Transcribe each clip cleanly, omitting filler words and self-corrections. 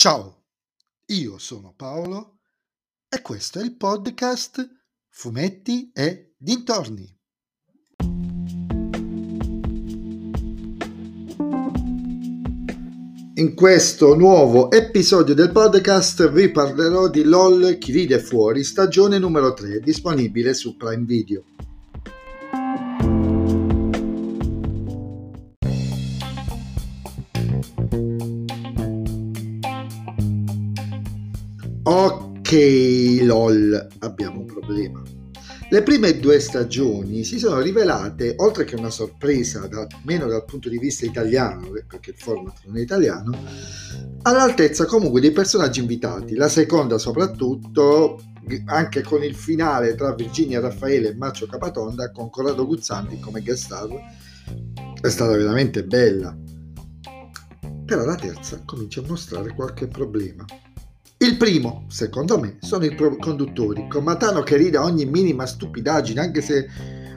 Ciao, io sono Paolo e questo è il podcast Fumetti e Dintorni. In questo nuovo episodio del podcast vi parlerò di LOL Chi ride fuori, stagione numero 3, disponibile su Prime Video. Ok, LOL, abbiamo un problema. Le prime 2 stagioni si sono rivelate, oltre che una sorpresa, meno dal punto di vista italiano, perché il format non è italiano, all'altezza comunque dei personaggi invitati. La seconda soprattutto, anche con il finale tra Virginia Raffaele e Macio Capatonda, con Corrado Guzzanti come guest star, è stata veramente bella. Però la terza comincia a mostrare qualche problema. Il primo, secondo me, sono i conduttori, con Matano che ride a ogni minima stupidaggine, anche se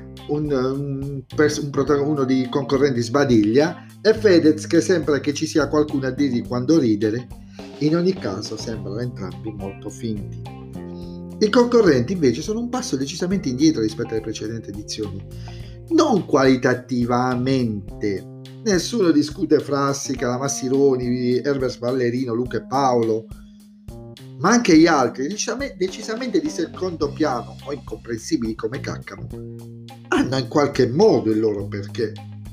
uno dei concorrenti sbadiglia, e Fedez che sembra che ci sia qualcuno a dirgli quando ridere. In ogni caso sembrano entrambi molto finti. I concorrenti invece sono un passo decisamente indietro rispetto alle precedenti edizioni, non qualitativamente. Nessuno discute Frassica, la Massironi, Herbert Ballerino, Luca e Paolo, ma anche gli altri, decisamente di secondo piano o incomprensibili come Caccamo, hanno in qualche modo il loro perché.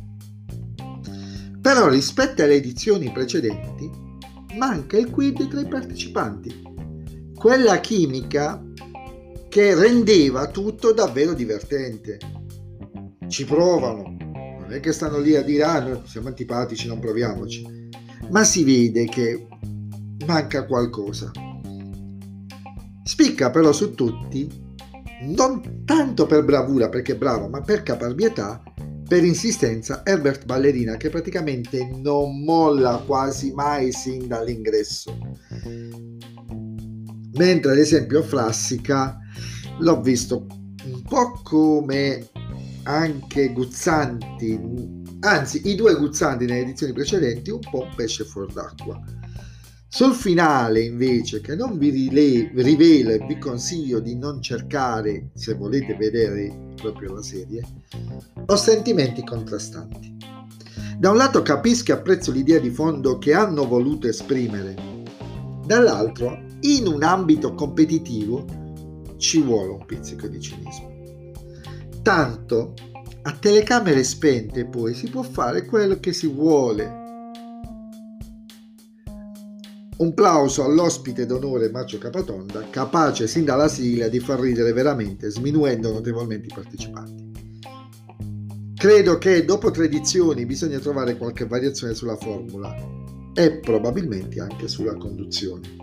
Però rispetto alle edizioni precedenti manca il quid tra i partecipanti, quella chimica che rendeva tutto davvero divertente. Ci provano, non è che stanno lì a dire noi siamo antipatici, non proviamoci, ma si vede che manca qualcosa. Spicca però su tutti, non tanto per bravura perché è bravo, ma per caparbietà, per insistenza, Herbert Ballerina, che praticamente non molla quasi mai sin dall'ingresso. Mentre ad esempio Frassica l'ho visto un po' come anche Guzzanti, anzi i due Guzzanti nelle edizioni precedenti, un po' un pesce fuor d'acqua. Sul finale invece, che non vi rivelo e vi consiglio di non cercare se volete vedere proprio la serie, ho sentimenti contrastanti. Da un lato capisco e apprezzo l'idea di fondo che hanno voluto esprimere, dall'altro in un ambito competitivo ci vuole un pizzico di cinismo. Tanto a telecamere spente poi si può fare quello che si vuole. Un plauso all'ospite d'onore Macio Capatonda, capace sin dalla sigla di far ridere veramente, sminuendo notevolmente i partecipanti. Credo che dopo 3 edizioni bisogna trovare qualche variazione sulla formula e probabilmente anche sulla conduzione.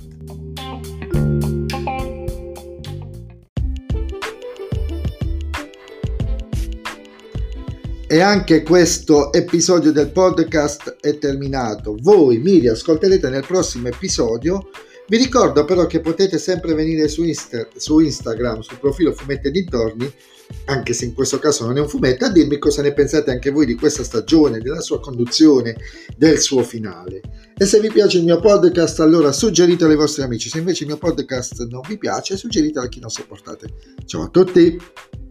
E anche questo episodio del podcast è terminato. Voi mi riascolterete nel prossimo episodio. Vi ricordo però che potete sempre venire su Instagram, sul profilo Fumetti e Dintorni, anche se in questo caso non è un fumetto, a dirmi cosa ne pensate anche voi di questa stagione, della sua conduzione, del suo finale. E se vi piace il mio podcast, allora suggeritelo ai vostri amici. Se invece il mio podcast non vi piace, suggeritelo a chi non sopportate. Ciao a tutti!